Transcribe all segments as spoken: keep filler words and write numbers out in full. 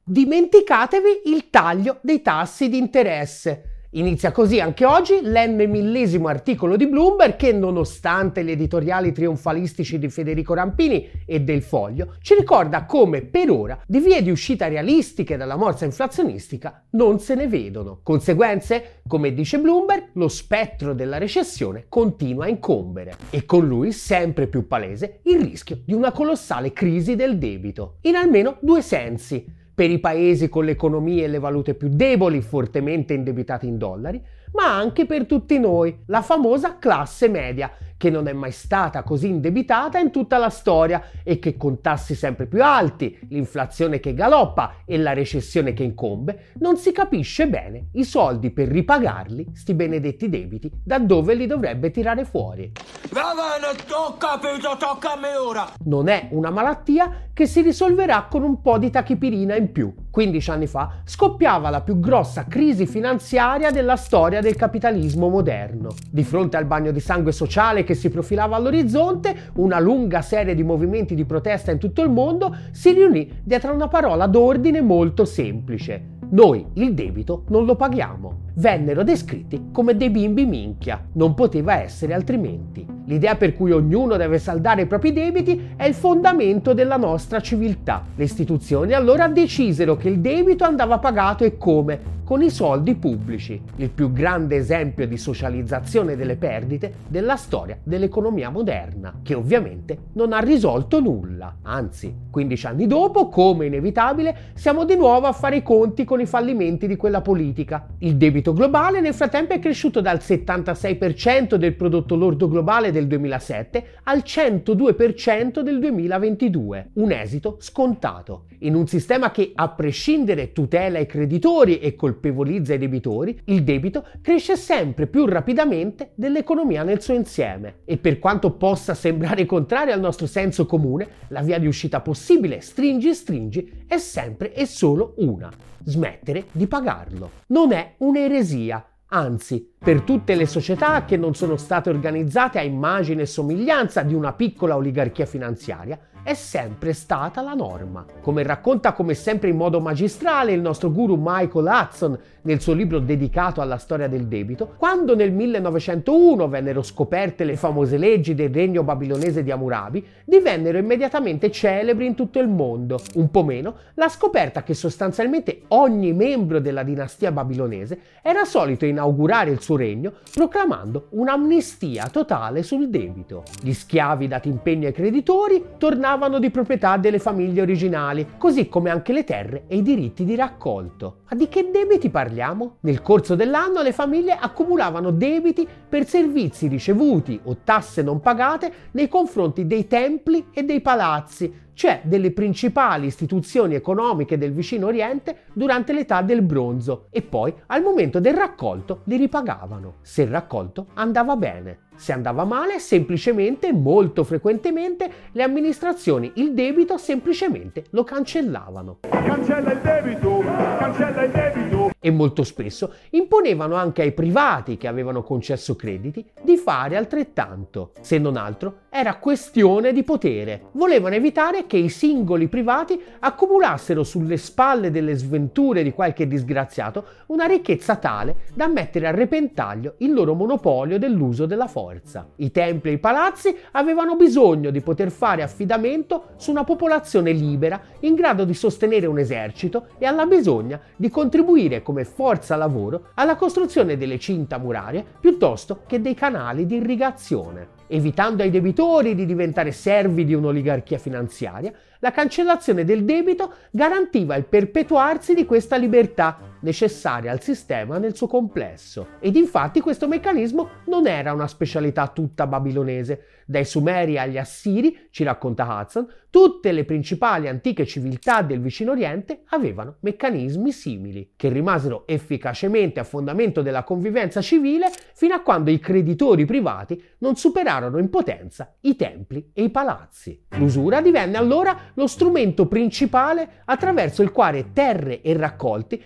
Dimenticatevi il taglio dei tassi di interesse. Inizia così anche oggi l'enne millesimo articolo di Bloomberg che, nonostante gli editoriali trionfalistici di Federico Rampini e del Foglio, ci ricorda come per ora di vie di uscita realistiche dalla morsa inflazionistica non se ne vedono. Conseguenze? Come dice Bloomberg, lo spettro della recessione continua a incombere e con lui sempre più palese il rischio di una colossale crisi del debito, in almeno due sensi. Per i paesi con le economie e le valute più deboli, fortemente indebitati in dollari, ma anche per tutti noi, la famosa classe media, che non è mai stata così indebitata in tutta la storia e che con tassi sempre più alti, l'inflazione che galoppa e la recessione che incombe, non si capisce bene i soldi per ripagarli, sti benedetti debiti, da dove li dovrebbe tirare fuori. Va bene, ho capito, tocca a me ora! Non è una malattia che si risolverà con un po' di tachipirina in più. quindici anni fa scoppiava la più grossa crisi finanziaria della storia del capitalismo moderno. Di fronte al bagno di sangue sociale che si profilava all'orizzonte, una lunga serie di movimenti di protesta in tutto il mondo si riunì dietro una parola d'ordine molto semplice: noi il debito non lo paghiamo. Vennero descritti come dei bimbi minchia, non poteva essere altrimenti. L'idea per cui ognuno deve saldare i propri debiti è il fondamento della nostra civiltà. Le istituzioni allora decisero che il debito andava pagato e come? Con i soldi pubblici, il più grande esempio di socializzazione delle perdite della storia dell'economia moderna, che ovviamente non ha risolto nulla. Anzi, quindici anni dopo, come inevitabile, siamo di nuovo a fare i conti con i fallimenti di quella politica. Il debito globale nel frattempo è cresciuto dal settantasei per cento del prodotto lordo globale del duemilasette al centodue per cento del duemilaventidue. Un esito scontato. In un sistema che, a prescindere, tutela i creditori e colpevolizza i debitori, il debito cresce sempre più rapidamente dell'economia nel suo insieme. E per quanto possa sembrare contrario al nostro senso comune, la via di uscita possibile, stringi stringi, è sempre e solo una: smettere di pagarlo. Non è un'eresia. Anzi, per tutte le società che non sono state organizzate a immagine e somiglianza di una piccola oligarchia finanziaria, è sempre stata la norma. Come racconta come sempre in modo magistrale il nostro guru Michael Hudson nel suo libro dedicato alla storia del debito, quando nel millenovecentouno vennero scoperte le famose leggi del regno babilonese di Hammurabi, divennero immediatamente celebri in tutto il mondo. Un po' meno la scoperta che sostanzialmente ogni membro della dinastia babilonese era solito inaugurare il suo regno proclamando un'amnistia totale sul debito. Gli schiavi dati impegno ai creditori tornavano di proprietà delle famiglie originali, così come anche le terre e i diritti di raccolto. Ma di che debiti parliamo? Nel corso dell'anno le famiglie accumulavano debiti per servizi ricevuti o tasse non pagate nei confronti dei templi e dei palazzi, cioè delle principali istituzioni economiche del vicino Oriente durante l'età del bronzo, e poi al momento del raccolto li ripagavano. Se il raccolto andava bene. Se andava male, semplicemente, molto frequentemente, le amministrazioni il debito semplicemente lo cancellavano. Cancella il debito! Cancella il debito! E molto spesso imponevano anche ai privati che avevano concesso crediti di fare altrettanto. Se non altro, era questione di potere. Volevano evitare che i singoli privati accumulassero sulle spalle delle sventure di qualche disgraziato una ricchezza tale da mettere a repentaglio il loro monopolio dell'uso della forza. I templi e i palazzi avevano bisogno di poter fare affidamento su una popolazione libera in grado di sostenere un esercito e alla bisogna di contribuire come forza lavoro alla costruzione delle cinta murarie piuttosto che dei canali di irrigazione. Evitando ai debitori di diventare servi di un'oligarchia finanziaria, la cancellazione del debito garantiva il perpetuarsi di questa libertà necessaria al sistema nel suo complesso. Ed infatti questo meccanismo non era una specialità tutta babilonese. Dai Sumeri agli Assiri, ci racconta Hudson, tutte le principali antiche civiltà del vicino Oriente avevano meccanismi simili, che rimasero efficacemente a fondamento della convivenza civile fino a quando i creditori privati non superarono in potenza i templi e i palazzi. L'usura divenne allora lo strumento principale attraverso il quale terre e raccolti si concedevano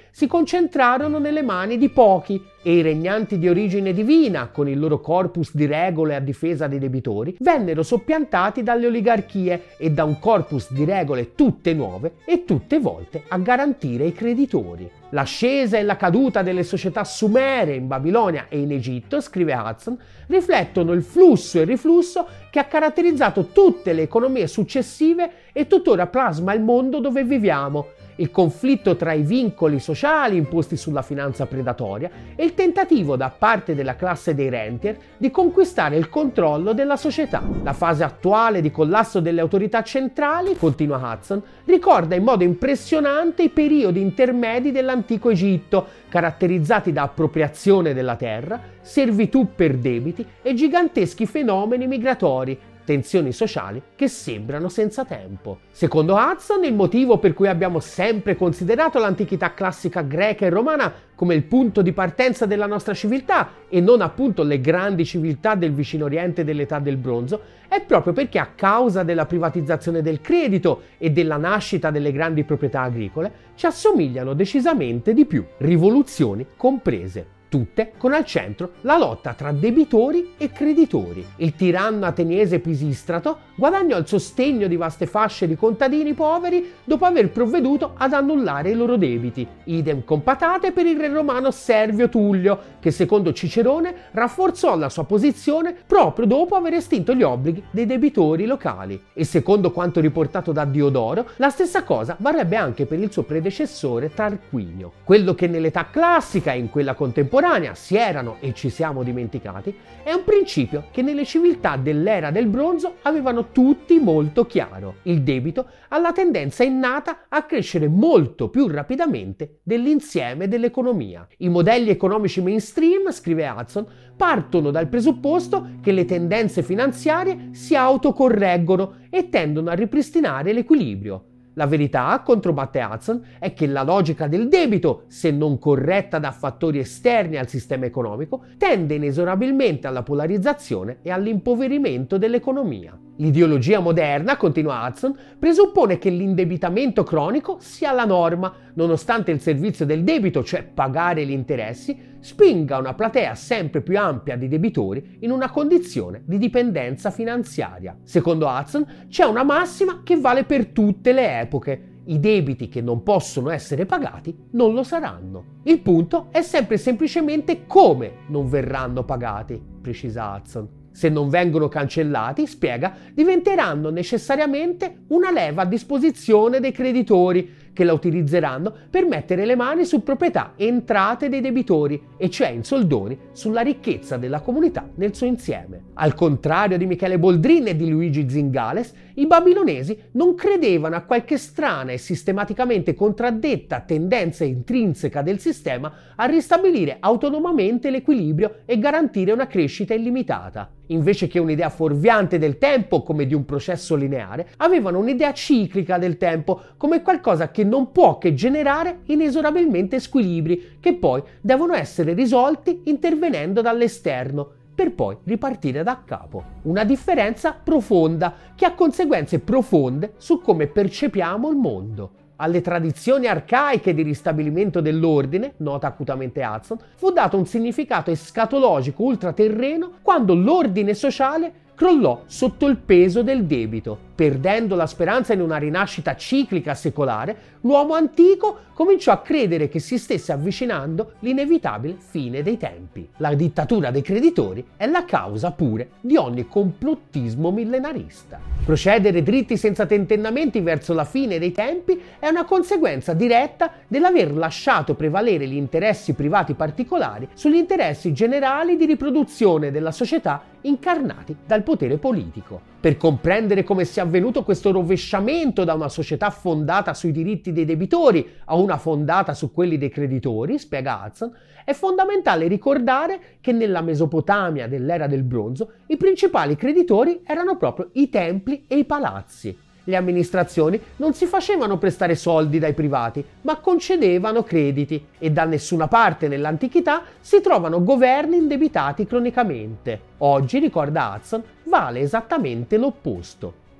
concentrarono nelle mani di pochi e i regnanti di origine divina, con il loro corpus di regole a difesa dei debitori, vennero soppiantati dalle oligarchie e da un corpus di regole tutte nuove e tutte volte a garantire i creditori. L'ascesa e la caduta delle società sumere in Babilonia e in Egitto, scrive Hudson, riflettono il flusso e il riflusso che ha caratterizzato tutte le economie successive e tuttora plasma il mondo dove viviamo, il conflitto tra i vincoli sociali imposti sulla finanza predatoria e il tentativo da parte della classe dei rentier di conquistare il controllo della società. La fase attuale di collasso delle autorità centrali, continua Hudson, ricorda in modo impressionante i periodi intermedi dell'antico Egitto, caratterizzati da appropriazione della terra, servitù per debiti e giganteschi fenomeni migratori, tensioni sociali che sembrano senza tempo. Secondo Hudson, il motivo per cui abbiamo sempre considerato l'antichità classica greca e romana come il punto di partenza della nostra civiltà e non appunto le grandi civiltà del vicino Oriente dell'età del bronzo è proprio perché a causa della privatizzazione del credito e della nascita delle grandi proprietà agricole ci assomigliano decisamente di più, rivoluzioni comprese. Tutte con al centro la lotta tra debitori e creditori. Il tiranno ateniese Pisistrato guadagnò il sostegno di vaste fasce di contadini poveri dopo aver provveduto ad annullare i loro debiti. Idem con patate per il re romano Servio Tullio, che secondo Cicerone rafforzò la sua posizione proprio dopo aver estinto gli obblighi dei debitori locali. E secondo quanto riportato da Diodoro, la stessa cosa varrebbe anche per il suo predecessore Tarquinio. Quello che nell'età classica e in quella contemporanea si erano e ci siamo dimenticati è un principio che nelle civiltà dell'era del bronzo avevano tutti molto chiaro. Il debito ha la tendenza innata a crescere molto più rapidamente dell'insieme dell'economia. I modelli economici mainstream, scrive Hudson, partono dal presupposto che le tendenze finanziarie si autocorreggono e tendono a ripristinare l'equilibrio. La verità, controbatte Hudson, è che la logica del debito, se non corretta da fattori esterni al sistema economico, tende inesorabilmente alla polarizzazione e all'impoverimento dell'economia. L'ideologia moderna, continua Hudson, presuppone che l'indebitamento cronico sia la norma, nonostante il servizio del debito, cioè pagare gli interessi, spinga una platea sempre più ampia di debitori in una condizione di dipendenza finanziaria. Secondo Hudson c'è una massima che vale per tutte le epoche. I debiti che non possono essere pagati non lo saranno. Il punto è sempre semplicemente come non verranno pagati, precisa Hudson. Se non vengono cancellati, spiega, diventeranno necessariamente una leva a disposizione dei creditori, che la utilizzeranno per mettere le mani su proprietà e entrate dei debitori, e cioè in soldoni sulla ricchezza della comunità nel suo insieme. Al contrario di Michele Boldrin e di Luigi Zingales, i babilonesi non credevano a qualche strana e sistematicamente contraddetta tendenza intrinseca del sistema a ristabilire autonomamente l'equilibrio e garantire una crescita illimitata. Invece che un'idea fuorviante del tempo come di un processo lineare, avevano un'idea ciclica del tempo come qualcosa che non può che generare inesorabilmente squilibri che poi devono essere risolti intervenendo dall'esterno per poi ripartire da capo. Una differenza profonda che ha conseguenze profonde su come percepiamo il mondo. Alle tradizioni arcaiche di ristabilimento dell'ordine, nota acutamente Hudson, fu dato un significato escatologico ultraterreno quando l'ordine sociale crollò sotto il peso del debito. Perdendo la speranza in una rinascita ciclica secolare, l'uomo antico cominciò a credere che si stesse avvicinando l'inevitabile fine dei tempi. La dittatura dei creditori è la causa pure di ogni complottismo millenarista. Procedere dritti senza tentennamenti verso la fine dei tempi è una conseguenza diretta dell'aver lasciato prevalere gli interessi privati particolari sugli interessi generali di riproduzione della società incarnati dal potere politico. Per comprendere come sia avvenuto questo rovesciamento da una società fondata sui diritti dei debitori a una fondata su quelli dei creditori, spiega Hudson, è fondamentale ricordare che nella Mesopotamia dell'era del bronzo i principali creditori erano proprio i templi e i palazzi. Le amministrazioni non si facevano prestare soldi dai privati, ma concedevano crediti, e da nessuna parte nell'antichità si trovano governi indebitati cronicamente. Oggi, ricorda Hudson, vale esattamente l'opposto.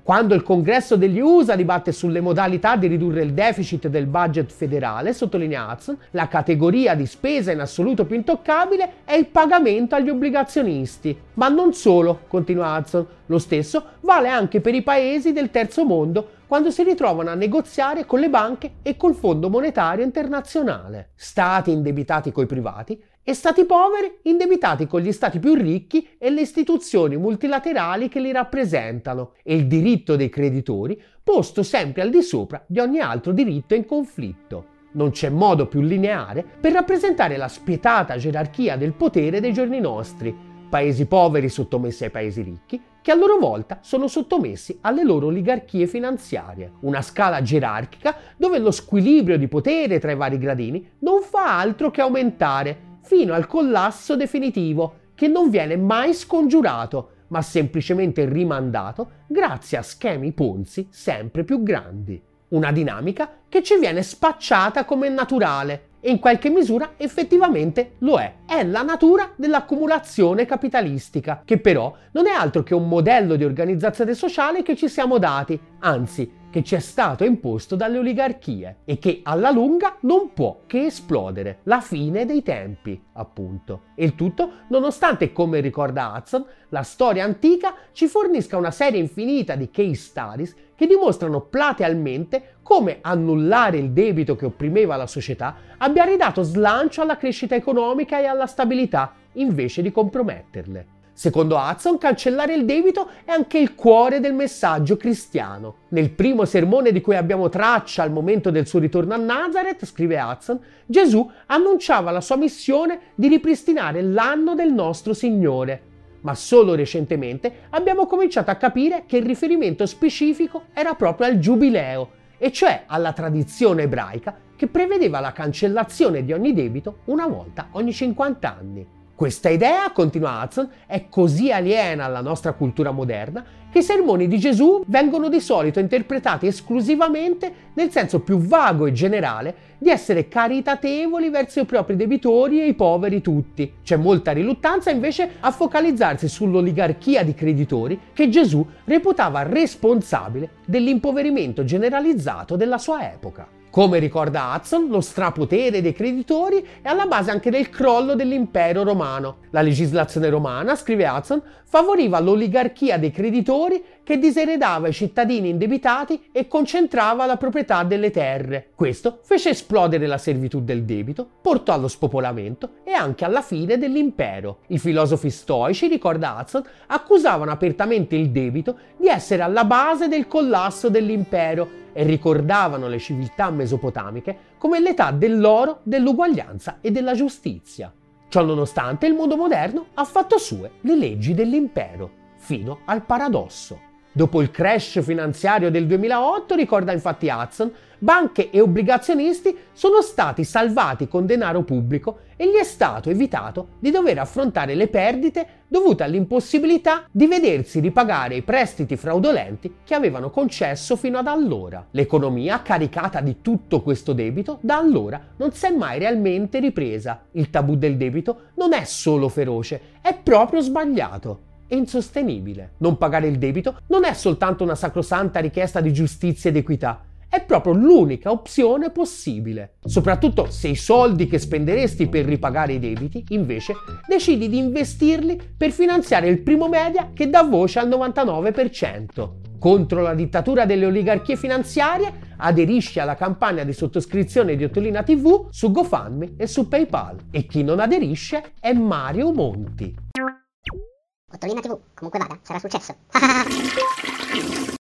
Quando il Congresso degli U S A dibatte sulle modalità di ridurre il deficit del budget federale, sottolinea Hudson, la categoria di spesa in assoluto più intoccabile è il pagamento agli obbligazionisti. Ma non solo, continua Hudson, lo stesso vale anche per i paesi del terzo mondo quando si ritrovano a negoziare con le banche e col Fondo Monetario Internazionale. Stati indebitati coi privati e stati poveri indebitati con gli stati più ricchi e le istituzioni multilaterali che li rappresentano, e il diritto dei creditori posto sempre al di sopra di ogni altro diritto in conflitto. Non c'è modo più lineare per rappresentare la spietata gerarchia del potere dei giorni nostri. Paesi poveri sottomessi ai paesi ricchi, che a loro volta sono sottomessi alle loro oligarchie finanziarie. Una scala gerarchica dove lo squilibrio di potere tra i vari gradini non fa altro che aumentare, fino al collasso definitivo, che non viene mai scongiurato, ma semplicemente rimandato grazie a schemi Ponzi sempre più grandi. Una dinamica che ci viene spacciata come naturale, e in qualche misura effettivamente lo è. È la natura dell'accumulazione capitalistica, che però non è altro che un modello di organizzazione sociale che ci siamo dati, anzi che ci è stato imposto dalle oligarchie e che alla lunga non può che esplodere. La fine dei tempi, appunto. E il tutto nonostante, come ricorda Hudson, la storia antica ci fornisca una serie infinita di case studies che dimostrano platealmente come annullare il debito che opprimeva la società abbia ridato slancio alla crescita economica e alla stabilità, invece di comprometterle. Secondo Hudson, cancellare il debito è anche il cuore del messaggio cristiano. Nel primo sermone di cui abbiamo traccia al momento del suo ritorno a Nazareth, scrive Hudson, Gesù annunciava la sua missione di ripristinare l'anno del nostro Signore. Ma solo recentemente abbiamo cominciato a capire che il riferimento specifico era proprio al Giubileo, e cioè alla tradizione ebraica che prevedeva la cancellazione di ogni debito una volta ogni cinquanta anni. Questa idea, continua Hudson, è così aliena alla nostra cultura moderna che i sermoni di Gesù vengono di solito interpretati esclusivamente nel senso più vago e generale di essere caritatevoli verso i propri debitori e i poveri tutti. C'è molta riluttanza invece a focalizzarsi sull'oligarchia di creditori che Gesù reputava responsabile dell'impoverimento generalizzato della sua epoca. Come ricorda Hudson, lo strapotere dei creditori è alla base anche del crollo dell'impero romano. La legislazione romana, scrive Hudson, favoriva l'oligarchia dei creditori che diseredava i cittadini indebitati e concentrava la proprietà delle terre. Questo fece esplodere la servitù del debito, portò allo spopolamento e anche alla fine dell'impero. I filosofi stoici, ricorda Hudson, accusavano apertamente il debito di essere alla base del collasso dell'impero e ricordavano le civiltà mesopotamiche come l'età dell'oro, dell'uguaglianza e della giustizia. Ciò nonostante, il mondo moderno ha fatto sue le leggi dell'impero, fino al paradosso. Dopo il crash finanziario del duemilaotto, ricorda infatti Hudson, banche e obbligazionisti sono stati salvati con denaro pubblico e gli è stato evitato di dover affrontare le perdite dovute all'impossibilità di vedersi ripagare i prestiti fraudolenti che avevano concesso fino ad allora. L'economia, caricata di tutto questo debito, da allora non si è mai realmente ripresa. Il tabù del debito non è solo feroce, è proprio sbagliato e insostenibile. Non pagare il debito non è soltanto una sacrosanta richiesta di giustizia ed equità, è proprio l'unica opzione possibile. Soprattutto se i soldi che spenderesti per ripagare i debiti, invece, decidi di investirli per finanziare il primo media che dà voce al novantanove per cento. Contro la dittatura delle oligarchie finanziarie, aderisci alla campagna di sottoscrizione di Ottolina tivù su GoFundMe e su PayPal. E chi non aderisce è Mario Monti. Ottolina tivù, comunque vada, sarà successo.